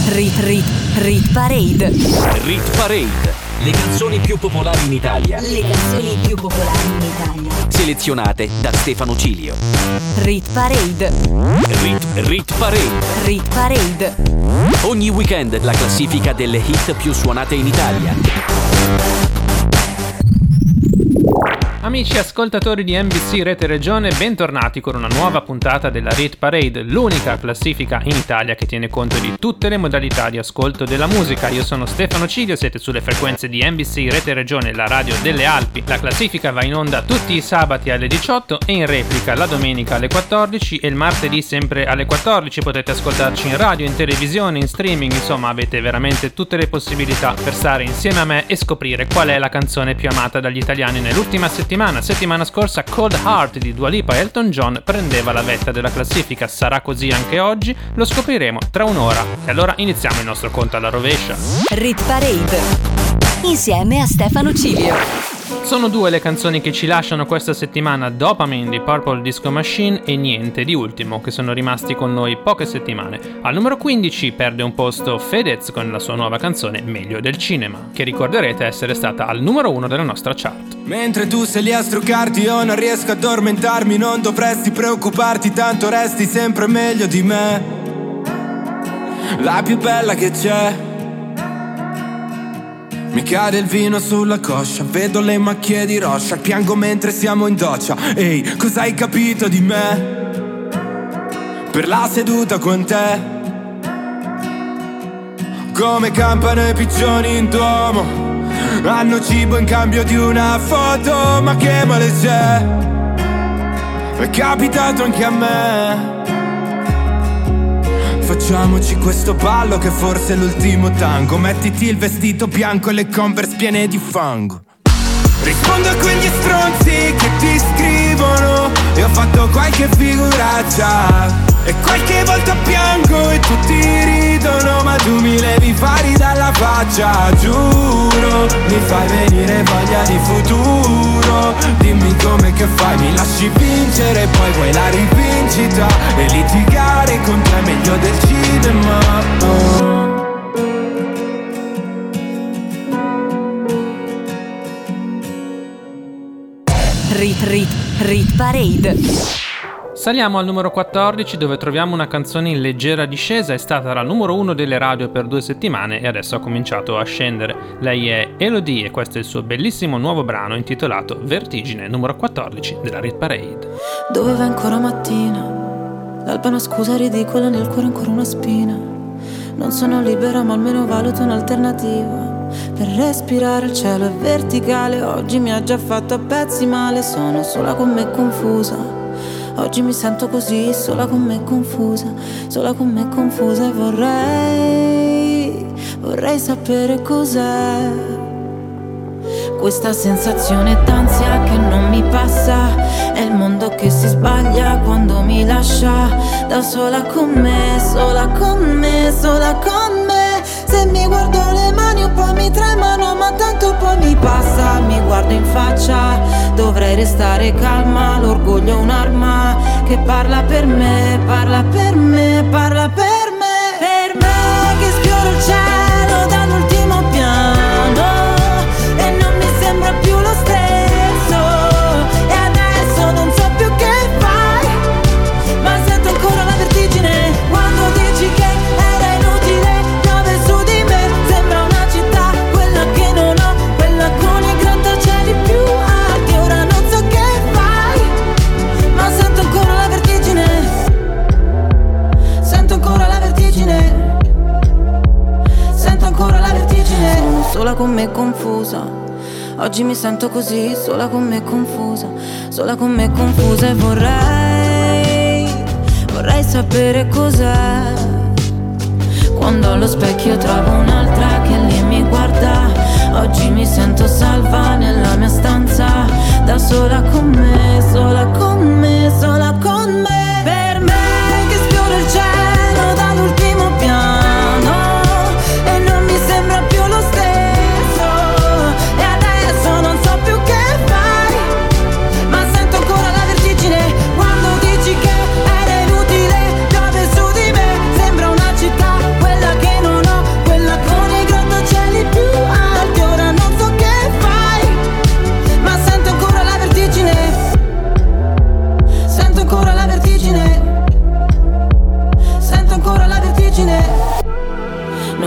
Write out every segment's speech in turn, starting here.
Rit Parade. Rit Parade. Le canzoni più popolari in Italia. Selezionate da Stefano Cilio. Rit Parade. Rit Parade. Rit Parade. Ogni weekend la classifica delle hit più suonate in Italia. Amici ascoltatori di NBC Rete Regione, bentornati con una nuova puntata della Rit Parade, l'unica classifica in Italia che tiene conto di tutte le modalità di ascolto della musica. Io sono Stefano Cilio, siete sulle frequenze di NBC Rete Regione, la radio delle Alpi. La classifica va in onda tutti i sabati alle 18 e in replica la domenica alle 14 e il martedì sempre alle 14. Potete ascoltarci in radio, in televisione, in streaming, insomma avete veramente tutte le possibilità per stare insieme a me e scoprire qual è la canzone più amata dagli italiani nell'ultima settimana. Settimana scorsa Cold Heart di Dua Lipa e Elton John prendeva la vetta della classifica. Sarà così anche oggi? Lo scopriremo tra un'ora. E allora iniziamo il nostro conto alla rovescia. Rit Parade insieme a Stefano Cilio. Sono due le canzoni che ci lasciano questa settimana: Dopamine di Purple Disco Machine e Niente di Ultimo, che sono rimasti con noi poche settimane. Al numero 15 perde un posto Fedez con la sua nuova canzone Meglio del cinema, che ricorderete essere stata al numero 1 della nostra chart. Mentre tu sei lì a struccarti io non riesco ad addormentarmi. Non dovresti preoccuparti, tanto resti sempre meglio di me. La più bella che c'è. Mi cade il vino sulla coscia, vedo le macchie di roccia, piango mentre siamo in doccia. Ehi, cosa hai capito di me? Per la seduta con te. Come campano i piccioni in duomo, hanno cibo in cambio di una foto. Ma che male c'è? È capitato anche a me. Facciamoci questo ballo che forse è l'ultimo tango. Mettiti il vestito bianco e le Converse piene di fango. Rispondo a quegli stronzi che ti scrivono e ho fatto qualche figuraccia e qualche volta piango e tutti ridono, ma tu mi levi i fari dalla faccia. Giuro, mi fai venire voglia di futuro. Dimmi come che fai, mi lasci vincere, poi vuoi la rivincita e litigare con te meglio del cinema. Rit Parade. Saliamo al numero 14, dove troviamo una canzone in leggera discesa. È stata la numero 1 delle radio per 2 settimane e adesso ha cominciato a scendere. Lei è Elodie e questo è il suo bellissimo nuovo brano intitolato Vertigine, numero 14 della Rit Parade. Dove va ancora mattina? L'alba è una scusa ridicola, nel cuore ancora una spina. Non sono libera ma almeno valuto un'alternativa. Per respirare il cielo è verticale. Oggi mi ha già fatto a pezzi male. Sono sola con me confusa. Oggi mi sento così, sola con me confusa. Sola con me confusa e vorrei sapere cos'è questa sensazione d'ansia che non mi passa. È il mondo che si sbaglia quando mi lascia da sola con me, sola con me, sola con me. Se mi guardo le mani un po' mi tremano, ma tanto poi mi passa. Mi guardo in faccia, dovrei restare calma. L'orgoglio è un'arma che parla per me, parla per me, parla per me. Per me che sfioro il cielo dall'ultimo piano e non mi sembra più lo stesso. E adesso non so più che fai, ma sento ancora la vertigine quando dici che era inutile. Piove su di me, sembra una città, quella che non ho, quella con i grattacieli più alti. Ora non so che fai, ma sento ancora la vertigine. Sento ancora la vertigine. Sento ancora la vertigine. Sono sola con me confusa. Oggi mi sento così, sola con me confusa. Sola con me confusa e vorrei sapere cos'è quando allo specchio trovo un'altra che lì mi guarda. Oggi mi sento salva nella mia stanza, da sola con me, sola con me, sola con me. Per me che sfioro il cielo dall'ultimo piano e non mi sembra più lo stesso. E adesso non so più che fai, ma sento ancora la vertigine quando dici che era inutile. Piove su di me, sembra una città, quella che non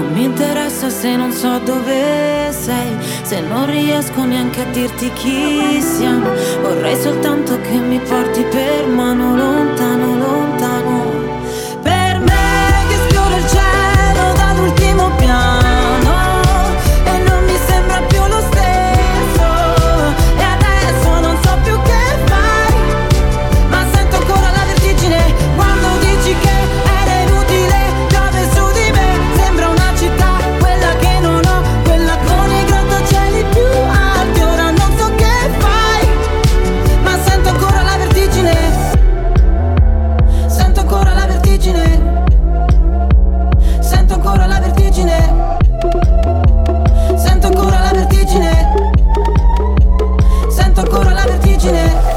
Non mi interessa se non so dove sei, se non riesco neanche a dirti chi siamo. Vorrei soltanto che mi porti per mano lontano, lontano. Per me che sfiora il cielo dall'ultimo piano e non mi sembra più lo stesso. E adesso non so più che fai, ma sento ancora la vertigine quando dici che era inutile. Piove su di me, sembra una città, quella che non ho, quella con i grattacieli più alti. Ora non so che fai, ma sento ancora la vertigine. Sento ancora la vertigine. Sento ancora la vertigine. Sento ancora la vertigine. Sento ancora la vertigine.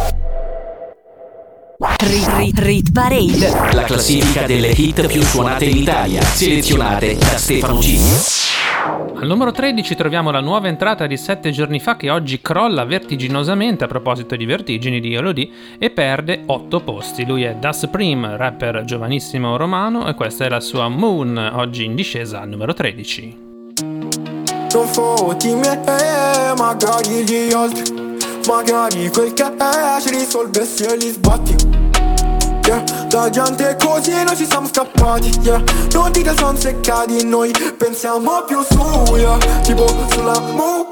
Rit Parade, La classifica delle hit più suonate in Italia, selezionate da Stefano G. Al numero 13 troviamo la nuova entrata di 7 giorni fa che oggi crolla vertiginosamente, a proposito di vertigini, di Elodie, e perde 8 posti. Lui è Da Supreme, rapper giovanissimo romano, e questa è la sua Moon, oggi in discesa al numero 13. Non fotti me, magari gli altri, magari quel che è ci risolvessi e li sbatti. Yeah, la gente così noi ci siamo scappati, yeah. Non dire son seccati, noi pensiamo più su, yeah. Tipo sulla moon,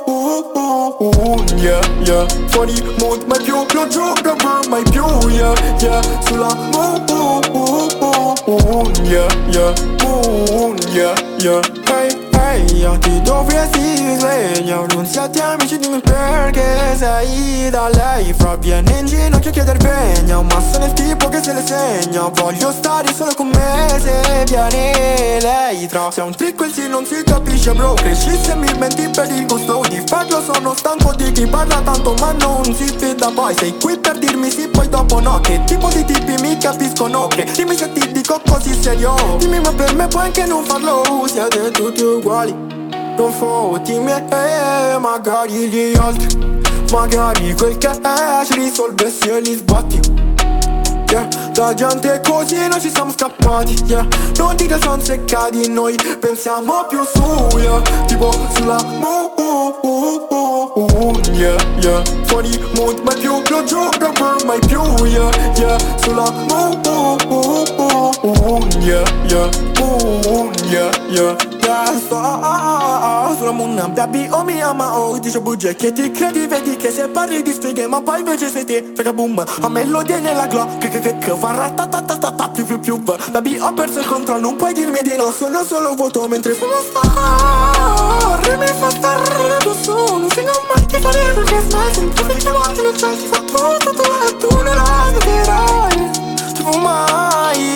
yeah, yeah. Fuori mood, mai più, lo giuro, mai più, yeah, yeah. Sulla moon, yeah, yeah. Moon, yeah, yeah. Hey, hey, ti dovresti svegliare, non siate amici, dimmi perché sei da lei. Fra viene in ginocchio a chieder vegna, ma sono il tipo che se le segna. Voglio stare solo con me se viene lei. Tra se è un trick quel sì non si capisce bro. Cresci se mi menti per il gusto di farlo. Sono stanco di chi parla tanto ma non si fida poi. Sei qui per dirmi sì poi dopo no. Che tipo di tipi mi capiscono? Che dimmi se ti dico così serio. Dimmi ma per me puoi anche non farlo. Siete tutti uguali. Non fotti me, magari gli altri, magari quel che è ci risolvessi e li sbatti. Yeah, la gente così noi ci siamo scappati, yeah. Non dire son seccati, noi pensiamo più su, yeah. Tipo sulla moon, yeah, yeah. Fuori mood, mai più, lo giuro, mai più, yeah, yeah. Sulla moon, yeah, yeah. Moon, yeah, yeah. Sulla moon, baby, oh mia, ma oh, dice bugie che ti credi, vedi che se parli di sfighe, ma poi invece sei te, frega boom. A melodia nella glock, che fa ratatatata, più, baby, ho perso il controllo, non puoi dirmi di no, sono solo vuoto mentre fumo sta. Mi fa stare addosso, non sei mai ti fare perché stai sempre chiamati, non c'è, ti fa tutto, tu non la vedrai, tipo mai.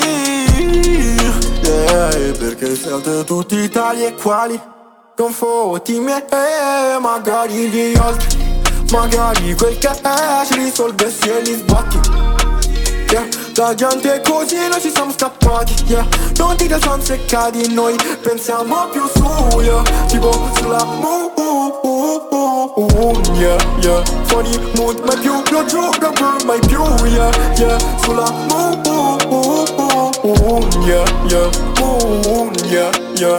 Perché siete tutti tali e quali. Non fotti me, magari gli altri, magari quel che è ci risolvessi e li sbatti. Yeah, la gente così noi ci siamo scappati, yeah. Non dire son seccati, noi pensiamo più su, yeah. Tipo sulla moon, yeah, yeah. Fuori mood, mai più, lo giuro, mai più, yeah, yeah. Sulla moon, yeah, yeah. Moon, yeah, yeah.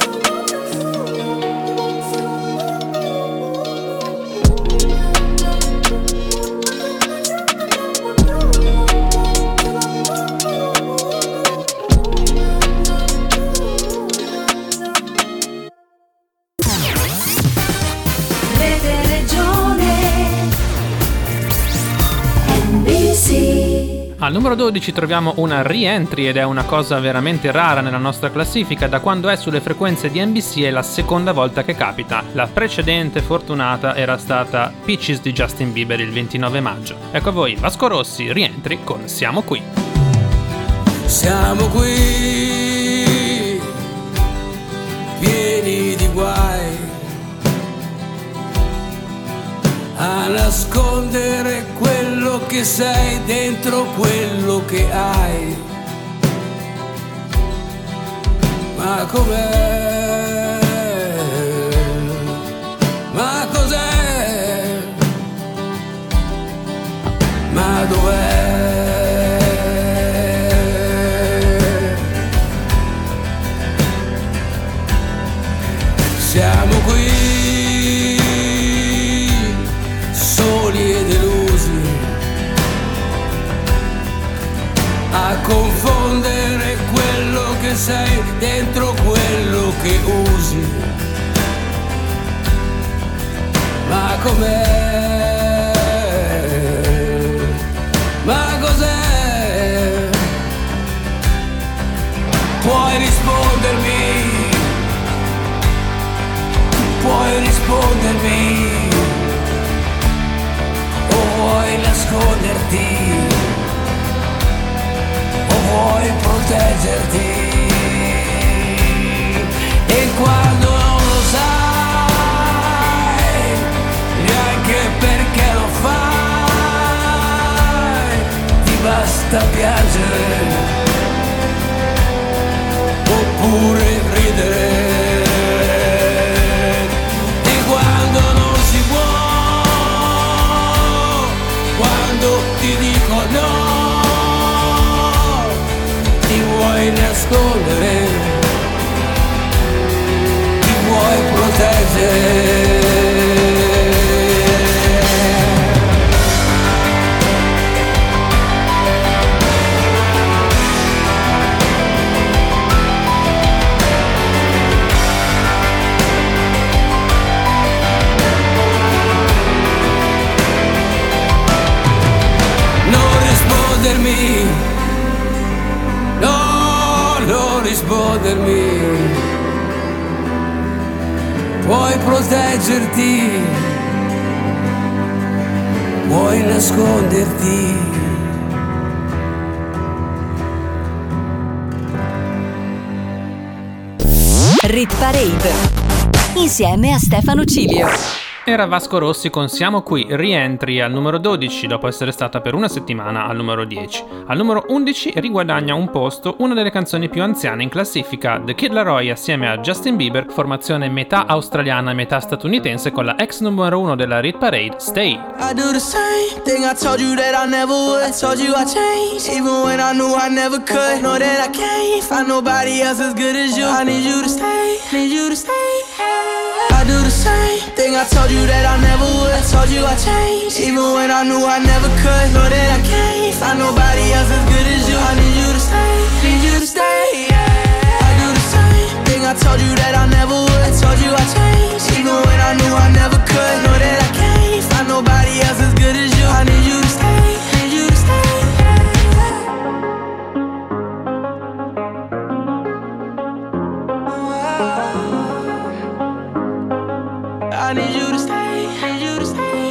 Al numero 12 troviamo una re-entry ed è una cosa veramente rara nella nostra classifica. Da quando è sulle frequenze di NBC è la seconda volta che capita. La precedente fortunata era stata Peaches di Justin Bieber il 29 maggio. Ecco a voi Vasco Rossi, re-entry con Siamo qui. Siamo qui, pieni di guai, a nascondere quello che sei dentro quello che hai. Ma com'è? Ma cos'è? Ma dov'è? siamo qui, soli e delusi, a confondere quello che sei dentro quello che usi. Ma com'è? Ma cos'è? Puoi rispondermi? Puoi rispondermi? O vuoi nasconderti? O vuoi proteggerti? E quando non lo sai, neanche perché lo fai, ti basta piangere oppure ridere. E quando non si può, quando ti dico no, ti vuoi nascondere, ti vuoi proteggere. No, non rispondermi, puoi proteggerti, puoi nasconderti. Rit Parade insieme a Stefano Cilio. Era Vasco Rossi con Siamo Qui, rientri al numero 12 dopo essere stata per una settimana al numero 10. Al numero 11 riguadagna un posto una delle canzoni più anziane in classifica, The Kid Laroi assieme a Justin Bieber, formazione metà australiana e metà statunitense con la ex numero 1 della Rit Parade, Stay. I do the same thing I told you that I never would. I told you I changed, even when I knew I never could. Know that I can't find nobody else as good as you. I need you to stay, need you to stay. I do the same thing I told you that I never would. I told you I changed, even when I knew I never could. Know that I can't find nobody else as good as you. I need you to stay, need you to stay. I do the same thing I told you that I never would. I told you I changed, even when I knew I never could. Know that I can't find nobody else as good as you. I need you to stay, need you to stay. I need you to stay, need you to stay.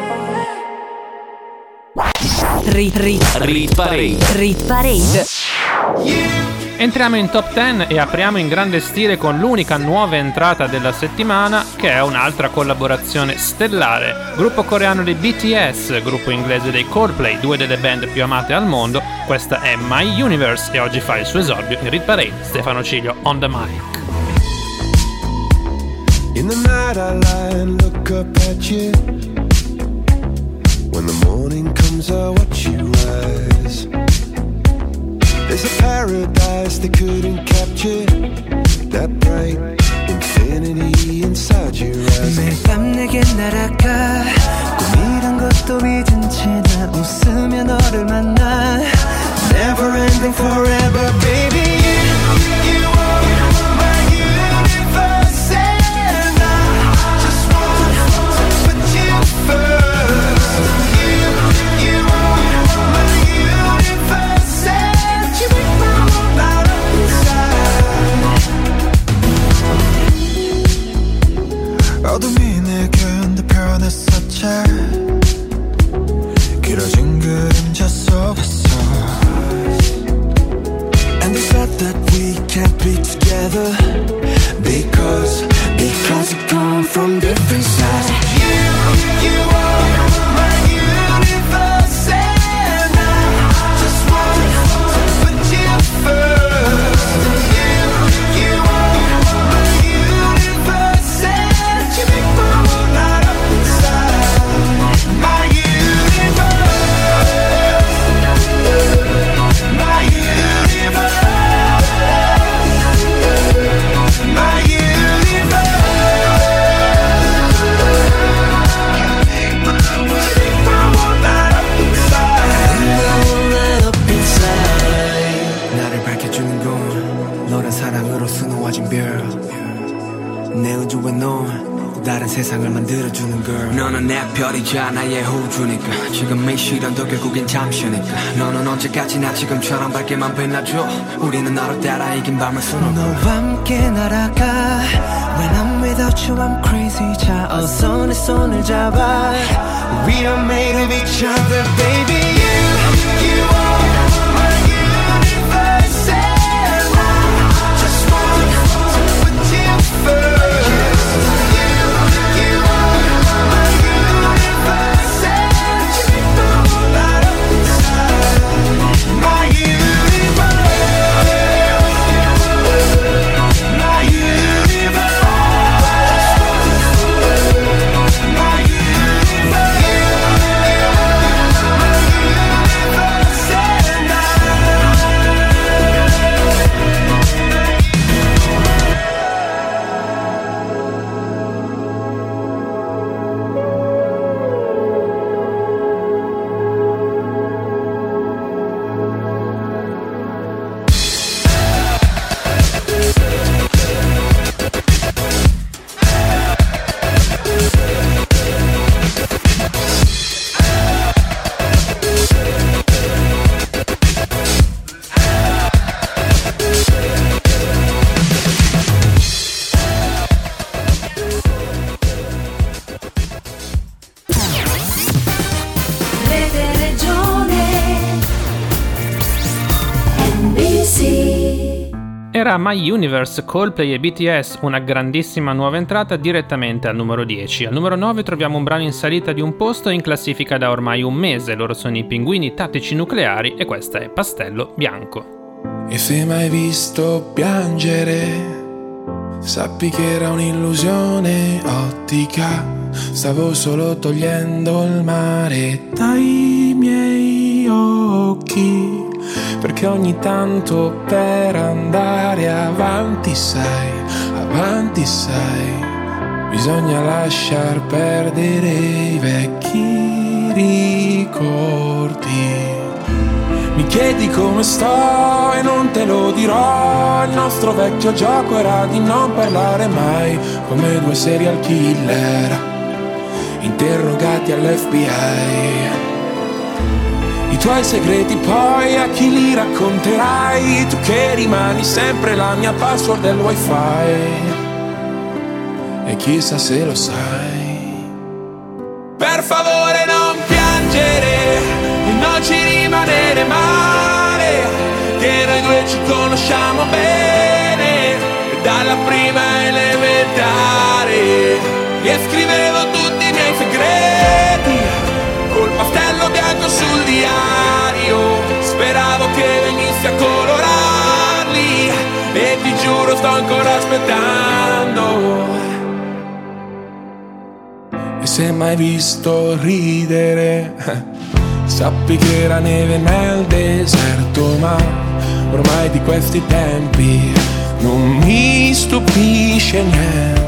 Rit Parade. Entriamo in top 10 e apriamo in grande stile con l'unica nuova entrata della settimana, che è un'altra collaborazione stellare. Gruppo coreano dei BTS, gruppo inglese dei Coldplay, due delle band più amate al mondo. Questa è My Universe e oggi fa il suo esordio in Rit Parade. Stefano Cilio on the mic. In the night I lie and look up at you. When the morning comes I watch you rise. There's a paradise they couldn't capture. That bright infinity inside your eyes. 매일 밤 내게 날아가 꿈이란 것도 잊은 채 나 웃으며 너를 만나. Never ending forever baby. You are my universe and I just want to put you first. You are my universe and you make my world out of inside. 어둠이 내게 편했었지. 길어진 그림자 속에서 And they said that girl. 내 우주에 넌 다른 세상을 만들어주는 girl. 너는 내 별이자 나의 호주니까 지금 이 시련도 결국엔 잠시니까 너는 언제까지나 지금처럼 밝게만 빛나줘. 우리는 너를 따라 이긴 밤을 수놓고 너와 함께 날아가. When I'm without you I'm crazy. 자 어서 내 손을 잡아. We are made of each other baby. You are my universe and I just want to put you first. Era My Universe, Coldplay e BTS, una grandissima nuova entrata direttamente al numero 10. Al numero 9 troviamo un brano in salita di un posto in classifica da ormai un mese. Loro sono i Pinguini Tattici Nucleari e questa è Pastello Bianco. E se mai visto piangere, sappi che era un'illusione ottica. Stavo solo togliendo il mare dai miei occhi, perché ogni tanto per andare avanti sai, bisogna lasciar perdere i vecchi ricordi. Mi chiedi come sto e non te lo dirò. Il nostro vecchio gioco era di non parlare mai, come due serial killer interrogati all'FBI. I tuoi segreti poi a chi li racconterai? Tu che rimani sempre la mia password del wifi, e chissà se lo sai. Per favore non piangere e non ci rimanere male, che noi due ci conosciamo bene dalla prima elementare. E scrivevo tutti i miei segreti col pastello bianco sul diario, speravo che venissi a colorarli e ti giuro sto ancora aspettando. E se mai visto ridere, sappi che era neve nel deserto, ma ormai di questi tempi non mi stupisce niente.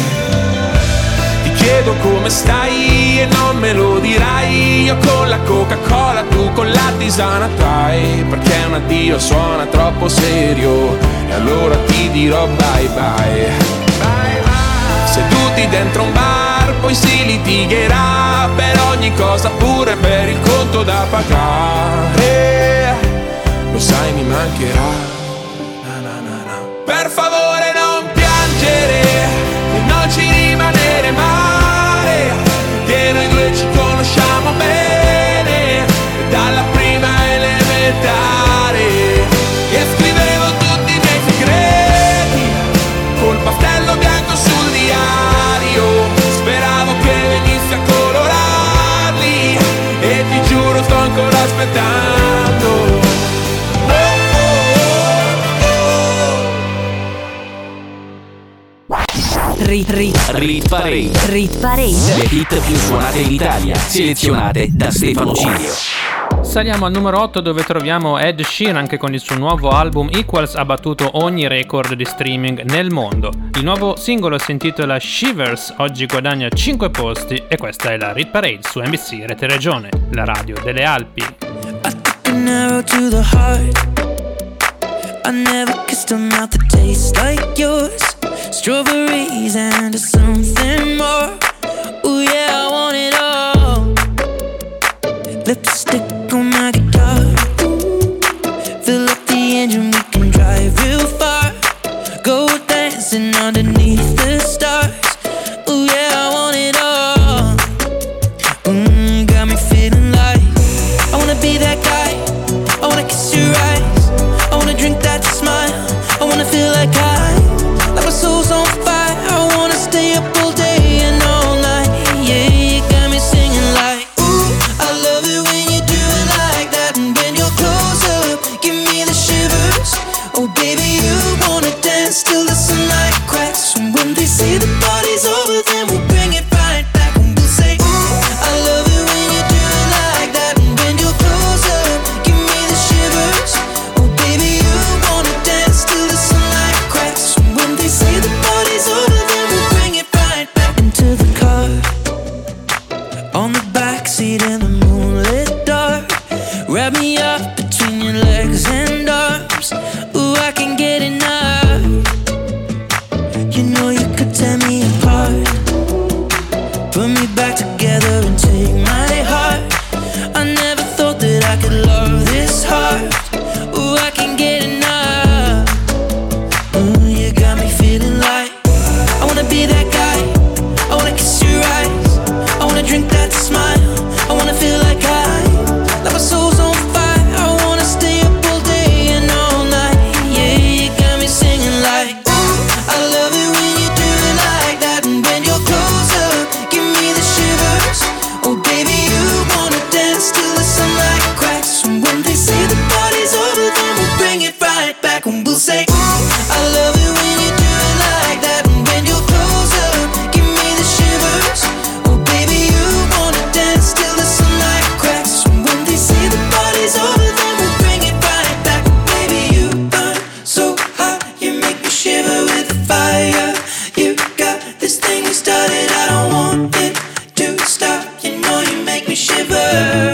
Chiedo come stai e non me lo dirai. Io con la Coca-Cola, tu con la tisana trai, perché un addio suona troppo serio e allora ti dirò bye bye. Seduti dentro un bar poi si litigherà per ogni cosa, pure per il conto da pagare. Lo sai mi mancherà. Per favore non piangere e non ci rimanere male, che noi due ci conosciamo bene dalla prima elementare. E scrivevo tutti i miei segreti col pastello bianco sul diario, speravo che venissi a colorarli e ti giuro sto ancora aspettando. Rit Parade. Le hit più suonate in Italia, selezionate da Stefano Cilio. Saliamo al numero 8 dove troviamo Ed Sheeran che con il suo nuovo album Equals ha battuto ogni record di streaming nel mondo. Il nuovo singolo si intitola Shivers, oggi guadagna 5 posti e questa è la Rit Parade su NBC Rete Regione, la radio delle Alpi. I never kissed a mouth that tastes like yours. Strawberries and something more. Ooh yeah, I want it all. Lipstick on my guitar. Fill up the engine, we can drive real far. Go dancing underneath the stars. Ooh yeah, I want it all. Got me feeling like I wanna be that guy. I wanna kiss your eyes. I wanna drink that smile. I wanna feel like like my soul's on fire. I wanna stay up all day and all night. Yeah, you got me singing like, ooh, I love it when you do it like that. And when you're close up, give me the shivers. Oh baby, you wanna dance till the sunlight cracks. And when they say the party's over, then we'll bring it right back. And we'll say, ooh, I love it when you do it like that. And when you're close up, give me the shivers. Oh baby, you wanna dance till the sunlight cracks. And when they say the party's over, then we'll bring it right back. Into the car, on the backseat in the moonlit dark. Wrap me up between your legs and arms. Ooh, I can't get enough. You know you could tear me apart. Put me back together and take my heart. I never thought that I could love this hard. Ooh, I can't get enough. Ooh, you got me feeling like I wanna be that guy. I wanna kiss your eyes. I wanna drink that smile. I wanna feel like like my soul's on fire. I wanna stay up all day and all night. Yeah, you got me singing like, ooh, I love it when you do it like that. And when you're close up, give me the shivers. Oh baby, you wanna dance till the sunlight cracks. And when they say the party's over, then we'll bring it right back. And we'll say, ooh, I love it when you do it like that. And when you're close up, give me the shivers. Oh baby, you wanna dance till the sunlight cracks. And when they say the party's over, then we'll bring it right back. Baby, you burn so hot, you make me shiver with the fire. You got this thing we started, I don't want it to stop. You know you make me shiver.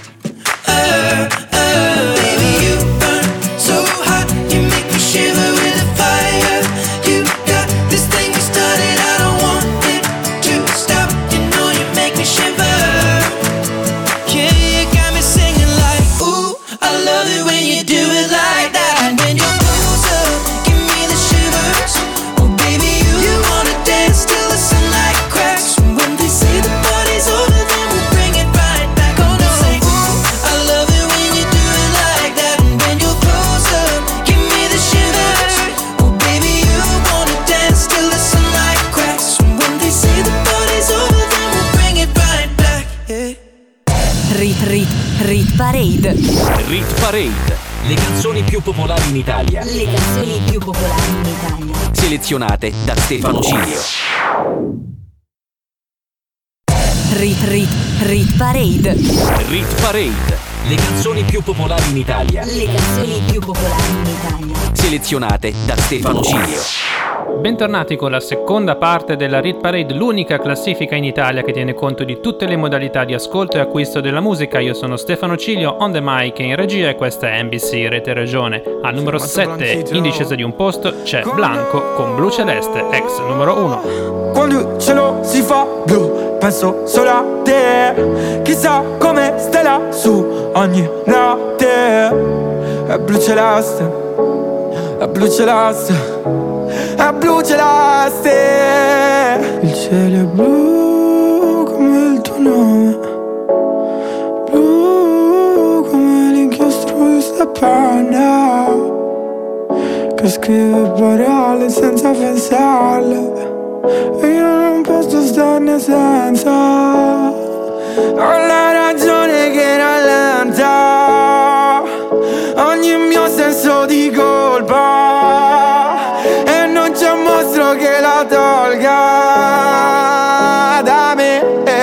Baby, you burn so hot, you make me shiver with the fire. You got this thing we started, I don't want it to stop. You know you make me shiver. Yeah, you got me singing like, ooh, I love it when you do it like that. And when you're close up, give me the shivers. Oh baby, you wanna dance till the sunlight cracks. And when they say the party's over, then we'll bring it right back. Oh no, say, ooh, I love it when you do it like that. And when you're close up, give me the shivers. Oh baby, you wanna dance till the sunlight cracks. And when they say the party's over, then we'll bring it right back. Yeah. Rit Parade. Rit Parade. Le canzoni più popolari in Italia. Le canzoni più popolari in Italia. Selezionate da Stefano Cilio. Rit Parade. Rit Parade. Le canzoni più popolari in Italia. Le canzoni più popolari in Italia. Selezionate da Stefano Cilio. Bentornati con la seconda parte della Rit Parade, l'unica classifica in Italia che tiene conto di tutte le modalità di ascolto e acquisto della musica. Io sono Stefano Cilio, on the mic e in regia, e questa è NBC Rete Regione. Al numero 7, in discesa di un posto, c'è Blanco con Blu Celeste, ex numero 1. Quando il cielo si fa blu, penso solo a te. Chissà come stai lassù ogni notte. È blu celeste, è blu celeste, è blu celeste. Il cielo è blu come il tuo nome, blu come l'inchiostro di sta penna che scrive parole senza pensarle. E io non posso starne senza. Ho la ragione che rallenta ogni mio senso di colpa, e non c'è un mostro che la tolga da me.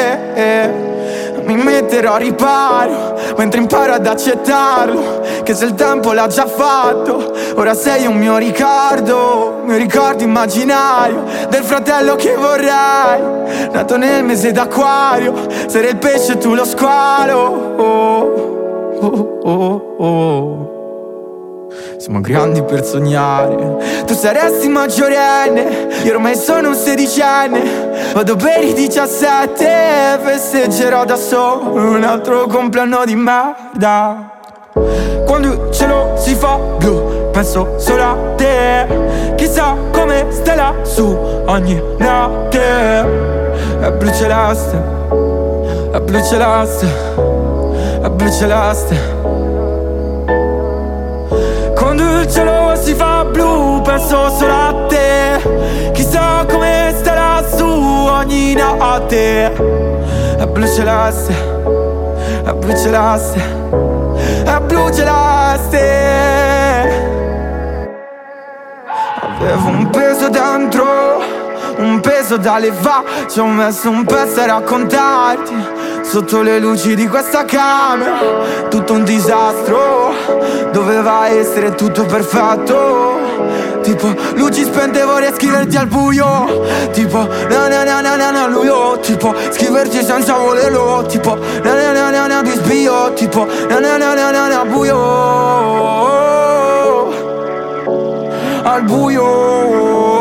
Mi metterò a riparo mentre imparo ad accettarlo, che se il tempo l'ha già fatto, ora sei un mio ricordo immaginario del fratello che vorrei, nato nel mese d'acquario, sarei il pesce e tu lo squalo. siamo grandi per sognare. Tu saresti maggiorenne, io ormai sono un sedicenne. Vado per i 17, festeggerò da solo un altro compleanno di merda. Quando il cielo si fa blu, penso solo a te. Chissà come stai lassù ogni notte. È blu celeste, è blu celeste, è blu celeste. Quando il cielo si fa blu, penso solo a te. Chissà come stai lassù ogni notte. È blu celeste, è blu celeste, è blu celeste. Avevo un peso dentro, un peso da levare. Ci ho messo un pezzo a raccontarti. Sotto le luci di questa camera, tutto un disastro. Doveva essere tutto perfetto. Tipo, luci spente vorrei scriverti al buio. Tipo, na na na na na na luio. Tipo, scriverti senza volerlo. Tipo, na na na na na di sbio. Tipo, na na na na na na buio. Al buio.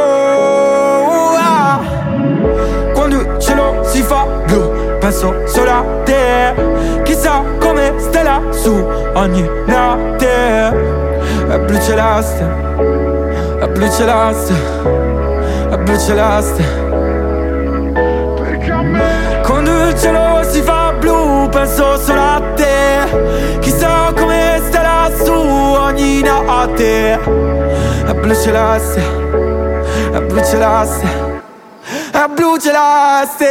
Quando il cielo si fa blu, penso solo a te. Chissà come stai lassù ogni notte. È blu celeste, è blu celeste, è blu celeste. Perché a me quando il cielo si fa blu, penso solo a te. Chissà come stai lassù ogni notte. È blu celeste, è blu celeste, è blu celeste.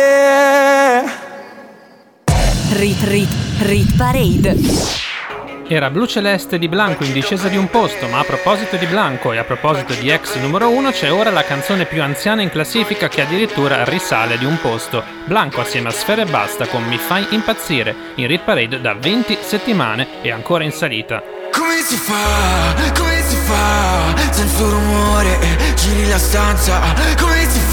Rit Parade. Era Blu Celeste di Blanco in discesa di un posto, ma a proposito di Blanco e a proposito di ex numero 1 c'è ora la canzone più anziana in classifica che addirittura risale di un posto. Blanco assieme a Sfera Ebbasta con Mi fai impazzire, in Rit Parade da 20 settimane e ancora in salita. Come si fa, senza rumore, giri la stanza. Come si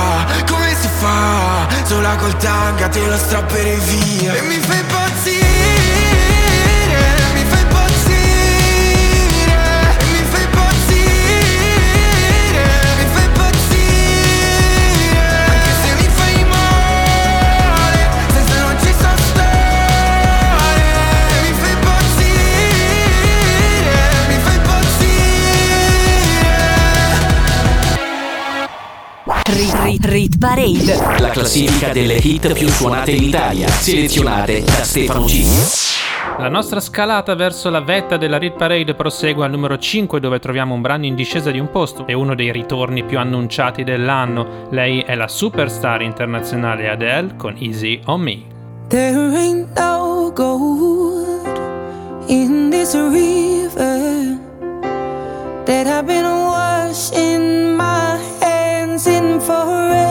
fa, sola col tanga te lo strapperei via. E mi fai impazzire, mi fai impazzire, mi fai impazzire, mi fai impazzire. Anche se mi fai male, senza non ci so stare. Mi fai impazzire, mi fai impazzire. Rit Parade. La classifica delle hit più suonate in Italia, selezionate da Stefano G. La nostra scalata verso la vetta della Rit Parade prosegue al numero 5, dove troviamo un brano in discesa di un posto e uno dei ritorni più annunciati dell'anno. Lei è la superstar internazionale Adele con Easy on Me. There ain't no gold in this river that I've been washing my hands in forever.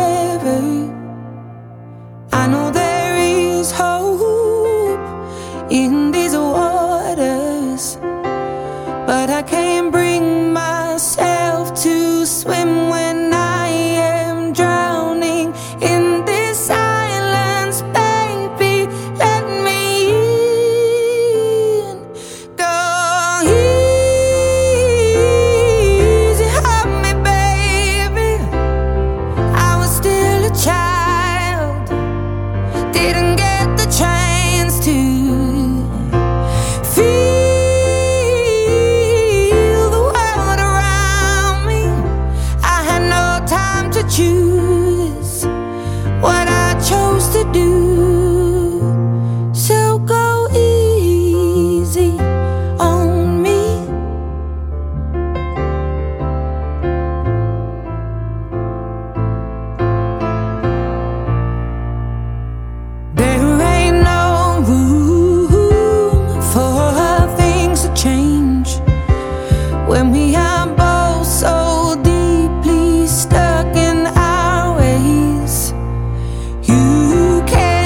I know there is hope in these waters, but I can't bring myself to swim when I am drowning in this silence. Baby, let me in. Go easy on me, baby. I was still a child, didn't get the chance to feel the world around me. I had no time to choose what I chose to do. So go easy on me. There ain't no room for things to change when we are both so deeply stuck in our ways. You can't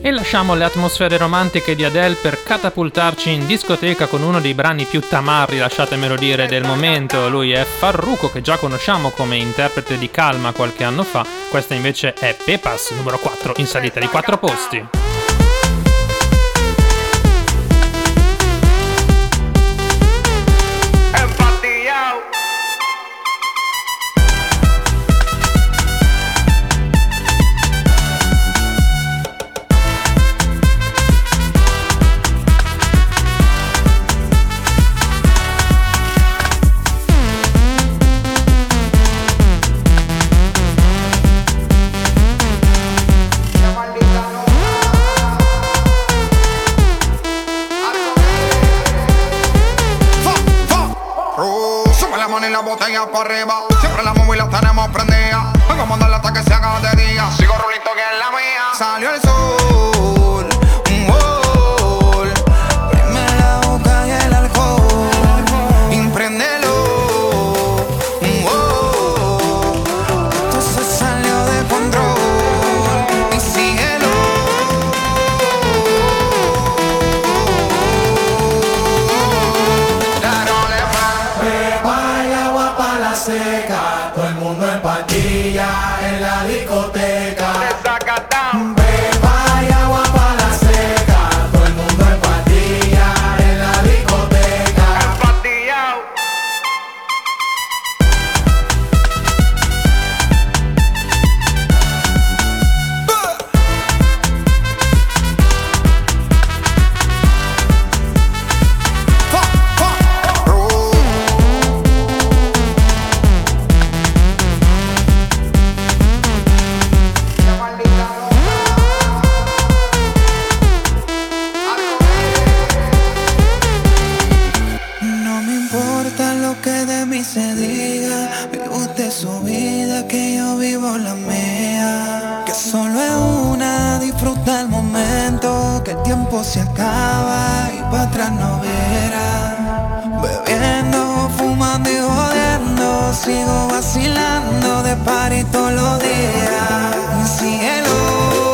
E lasciamo le atmosfere romantiche di Adele per catapultarci in discoteca con uno dei brani più tamarri, lasciatemelo dire, del momento. Lui è Farruko, che già conosciamo come interprete di Calma qualche anno fa. Questa invece è Pepas, numero 4, in salita di 4 posti. La botella para arriba, siempre la móvil la tenemos prendida. Vengo a mandarla hasta que se haga de día. Sigo rulito que es la mía. Salió el sol, un gol. Prime la boca y el alcohol. Impréndelo, un gol. Esto se salió de control. Y síguelo. Seca, todo el mundo en patilla en la discoteca. Beba y agua pa' la seca, todo el mundo en patilla en la discoteca. Se diga, vive usted su vida, que yo vivo la mía. Que solo es una, disfruta el momento, que el tiempo se acaba y para atrás no verá. Bebiendo, fumando y jodiendo, sigo vacilando de party todos los días. Y síguelo.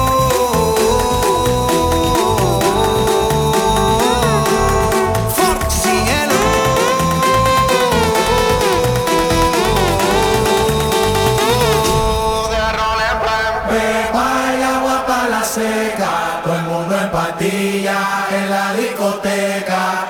Seca, todo el mundo en patilla en la discoteca.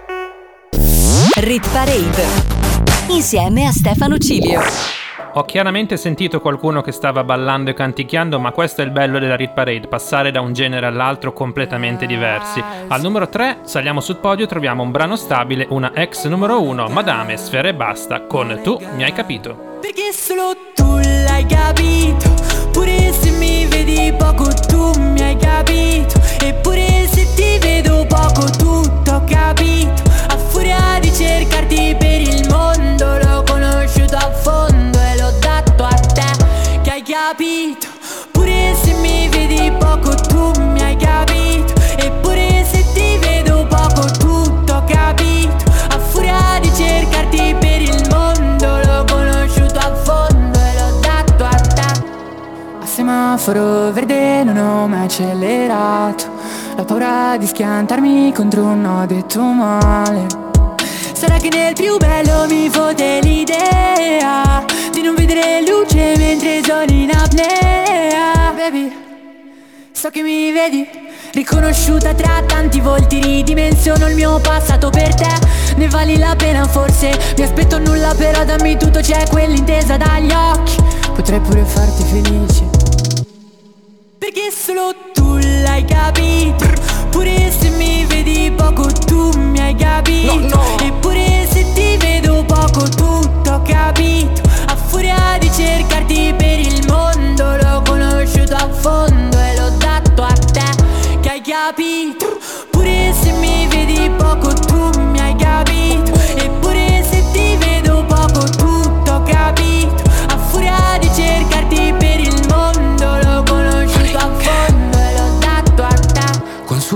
Rit Parade insieme a Stefano Cilio. Ho chiaramente sentito qualcuno che stava ballando e canticchiando, ma questo è il bello della Rit Parade, passare da un genere all'altro completamente diversi. Al numero 3 saliamo sul podio e troviamo un brano stabile, una ex numero 1, Madame, Sfera Ebbasta, con Tu mi hai capito. Perché solo tu l'hai capito, pure se mi vedi poco tu mi hai capito, eppure se ti vedo poco tutto ho capito. A furia di cercarti per il mondo l'ho conosciuto a fondo e l'ho dato a te che hai capito. Pure se mi vedi poco tu mi hai capito, eppure se ti vedo poco tutto ho capito. A furia di cercarti per il mondo l'ho conosciuto a fondo e l'ho dato a te. A semaforo verde non ho mai accelerato, la paura di schiantarmi contro un no detto male. Sarà che nel più bello mi fotte l'idea di non vedere luce mentre sono in apnea. Baby, so che mi vedi, riconosciuta tra tanti volti, ridimensiono il mio passato per te. Ne vali la pena forse, mi aspetto nulla però dammi tutto, c'è quell'intesa dagli occhi. Potrei pure farti felice, perché solo tu l'hai capito. Pure se mi vedi poco tu mi hai capito, no. Eppure se ti vedo poco tutto ho capito. A furia di cercarti per il mondo l'ho conosciuto a fondo e l'ho dato a te che hai capito. Pure se mi vedi poco tu mi hai capito, eppure se ti vedo poco tutto ho capito. A furia di cercarti per il mondo l'ho conosciuto a fondo e l'ho dato a te. Consumo le sue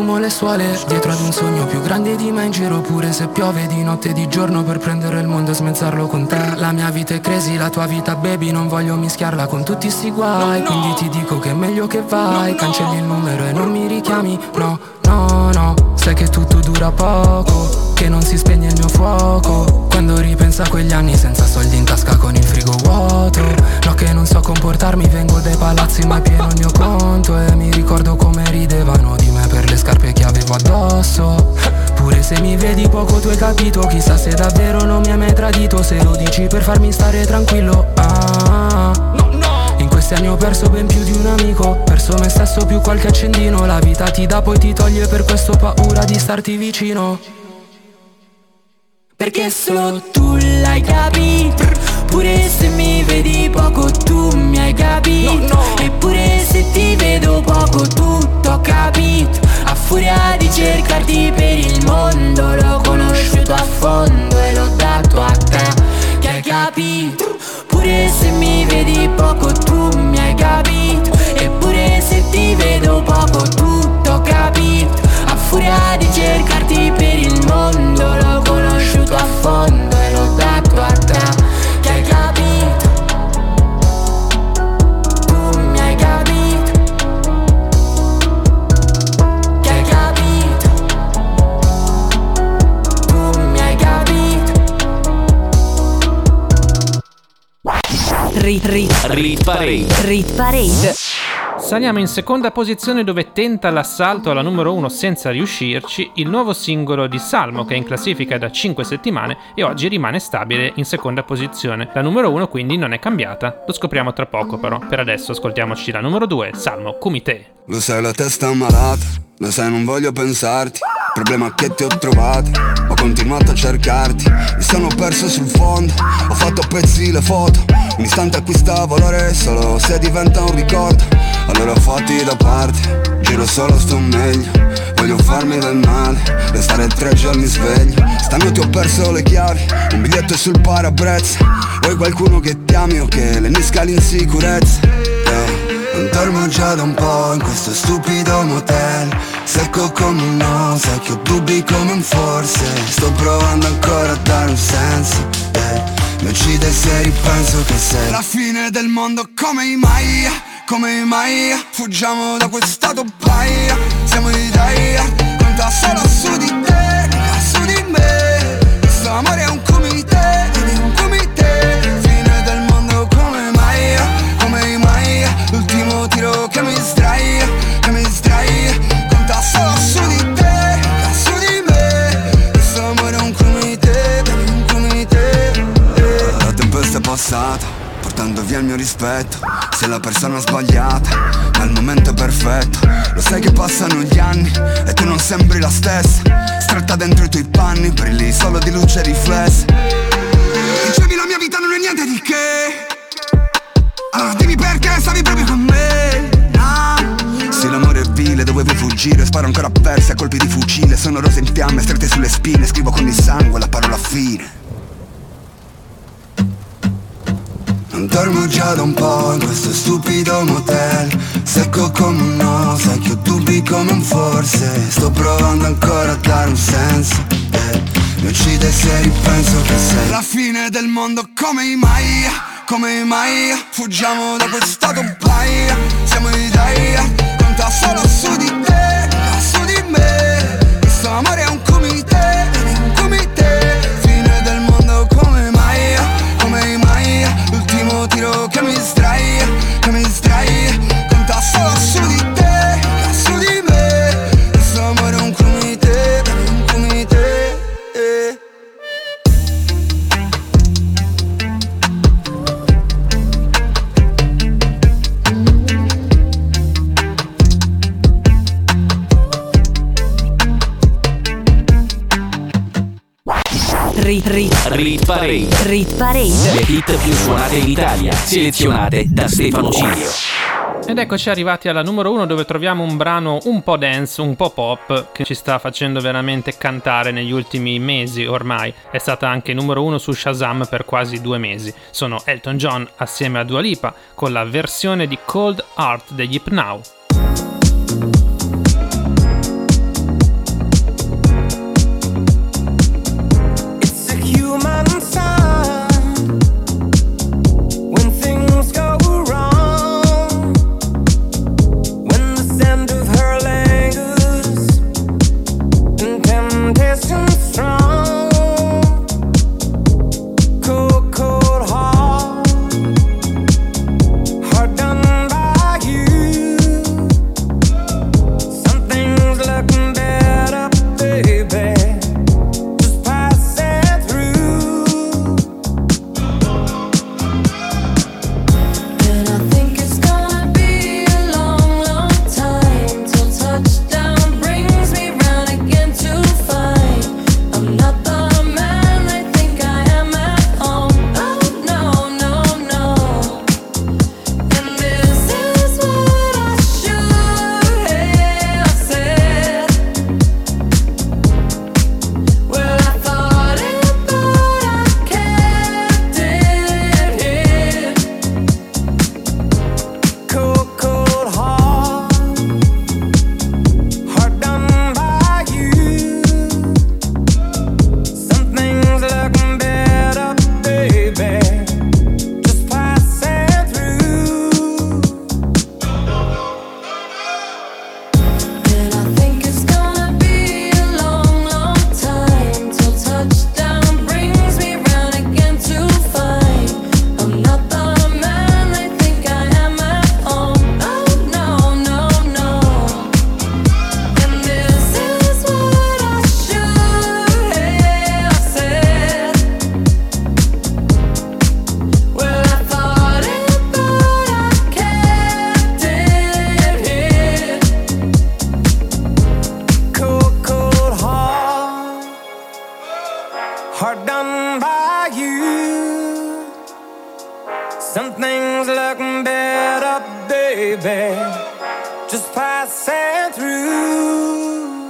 sensuale dietro ad un sogno più grande di me, in giro pure se piove di notte e di giorno per prendere il mondo e smezzarlo con te. La mia vita è crazy, la tua vita baby, non voglio mischiarla con tutti sti guai, no, quindi ti dico che è meglio che vai, no, cancelli il numero e non mi richiami, no, no, no. Sai che tutto dura poco, che non si spegne il mio fuoco, quando ripenso a quegli anni senza soldi in tasca con il frigo vuoto. No, che non so comportarmi, vengo dai palazzi ma è pieno il mio conto, e mi ricordo come ridevano di me per le scarpe che avevo addosso. Pure se mi vedi poco tu hai capito, chissà se davvero non mi hai mai tradito, se lo dici per farmi stare tranquillo. In questi anni ho perso ben più di un amico, perso me stesso più qualche accendino. La vita ti dà poi ti toglie, per questo ho paura di starti vicino, perché solo tu l'hai capito. Pure se mi vedi poco tu mi hai capito, eppure se ti vedo poco tutto ho capito. A furia di cercarti per il mondo l'ho conosciuto a fondo e l'ho dato a te, che hai capito. Pure se mi vedi poco tu mi hai capito, eppure se ti vedo poco tutto ho capito. A furia di cercarti per il mondo l'ho conosciuto a fondo e l'ho dato a te, che hai capito. Tu mi hai capito, che hai capito. Tu mi hai capito. Rit Parade. Saliamo in seconda posizione, dove tenta l'assalto alla numero 1 senza riuscirci il nuovo singolo di Salmo, che è in classifica da 5 settimane e oggi rimane stabile in seconda posizione. La numero 1 quindi non è cambiata, lo scopriamo tra poco però. Per adesso ascoltiamoci la numero 2, Salmo, Kumite. Lo sai la testa è malata, lo sai non voglio pensarti, il problema è che ti ho trovato, ho continuato a cercarti, mi sono perso sul fondo, ho fatto a pezzi le foto, un istante acquista valore solo se diventa un ricordo, allora fatti da parte, giro solo sto meglio, voglio farmi del male, restare 3 giorni sveglio, stanotte ho perso le chiavi, un biglietto sul parabrezza, vuoi qualcuno che ti ami o che le nisca l'insicurezza, non dormo già da un po' in questo stupido motel, secco come un no, sai che ho dubbi come un forse, sto provando ancora a dare un senso, mi uccide se ripenso che sei la fine del mondo. Come mai, fuggiamo da questa paia, siamo in Italia, conta solo su di te, su di me, questo amore è un comité, un comité, fine del mondo. Come mai, l'ultimo tiro che mi distrae, conta solo su di te, su di me, questo amore è un comité, un comité. La tempesta è passata, portando via il mio rispetto, sei la persona sbagliata, ma il momento è perfetto. Lo sai che passano gli anni e tu non sembri la stessa, stretta dentro i tuoi panni, brilli solo di luce riflessa. Dicevi la mia vita non è niente di che, allora dimmi perché stavi proprio con me. Se l'amore è vile dovevo fuggire, sparo ancora a persi a colpi di fucile, sono rose in fiamme strette sulle spine, scrivo con il sangue la parola fine. Non dormo già da un po' in questo stupido motel, secco come un no, sai che ho dubbi come un forse, sto provando ancora a dare un senso, mi uccide se ripenso che sei la fine del mondo. Come mai, fuggiamo da questa paia, siamo in Italia, conta solo su di te, su di me, questo amore è un comité, fine del mondo. Come mai, l'ultimo tiro che mi distrae, conta solo su di te, su di me, questo amore è un comité, un comité. Rit Parade. Le hit più suonate in Italia, selezionate da Stefano Cilio. Ed eccoci arrivati alla numero 1, dove troviamo un brano un po' dance, un po' pop, che ci sta facendo veramente cantare negli ultimi mesi ormai. È stata anche numero 1 su Shazam per quasi 2 mesi. Sono Elton John assieme a Dua Lipa con la versione di Cold Heart degli Hypnow. things look better, baby. Just passing through.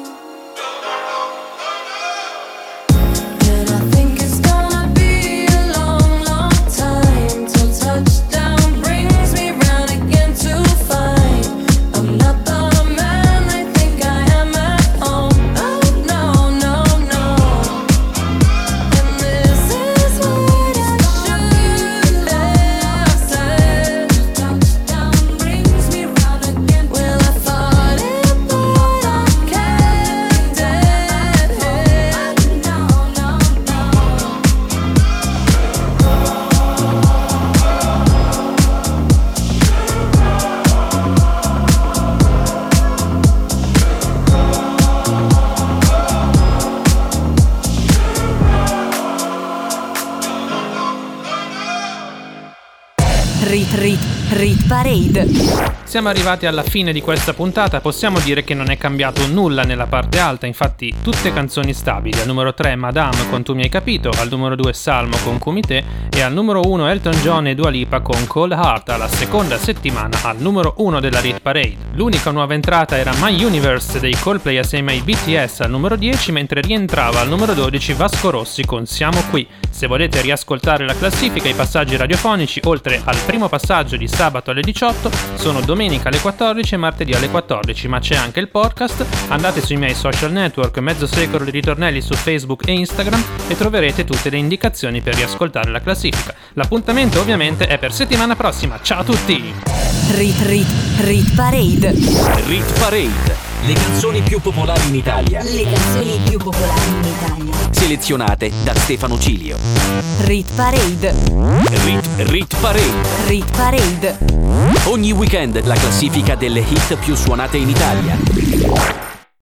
Rit Parade. Siamo arrivati alla fine di questa puntata, possiamo dire che non è cambiato nulla nella parte alta, infatti tutte canzoni stabili. Al numero 3 Madame con Tu mi hai capito, al numero 2 Salmo con Kumite e al numero 1 Elton John e Dua Lipa con Cold Heart, alla seconda settimana al numero 1 della Rit Parade. L'unica nuova entrata era My Universe dei Coldplay assieme ai BTS al numero 10, mentre rientrava al numero 12 Vasco Rossi con Siamo qui. Se volete riascoltare la classifica, i passaggi radiofonici, oltre al primo passaggio di sabato alle 18, sono domenica alle 14 e martedì alle 14, ma c'è anche il podcast. Andate sui miei social network, Mezzo Secolo di Ritornelli su Facebook e Instagram e troverete tutte le indicazioni per riascoltare la classifica. L'appuntamento ovviamente è per settimana prossima. Ciao a tutti! Rit Parade. Rit Parade. Le canzoni più popolari in Italia. Le canzoni più popolari in Italia. Selezionate da Stefano Cilio. Rit Parade. Rit Parade. Rit Parade. Ogni weekend la classifica delle hit più suonate in Italia.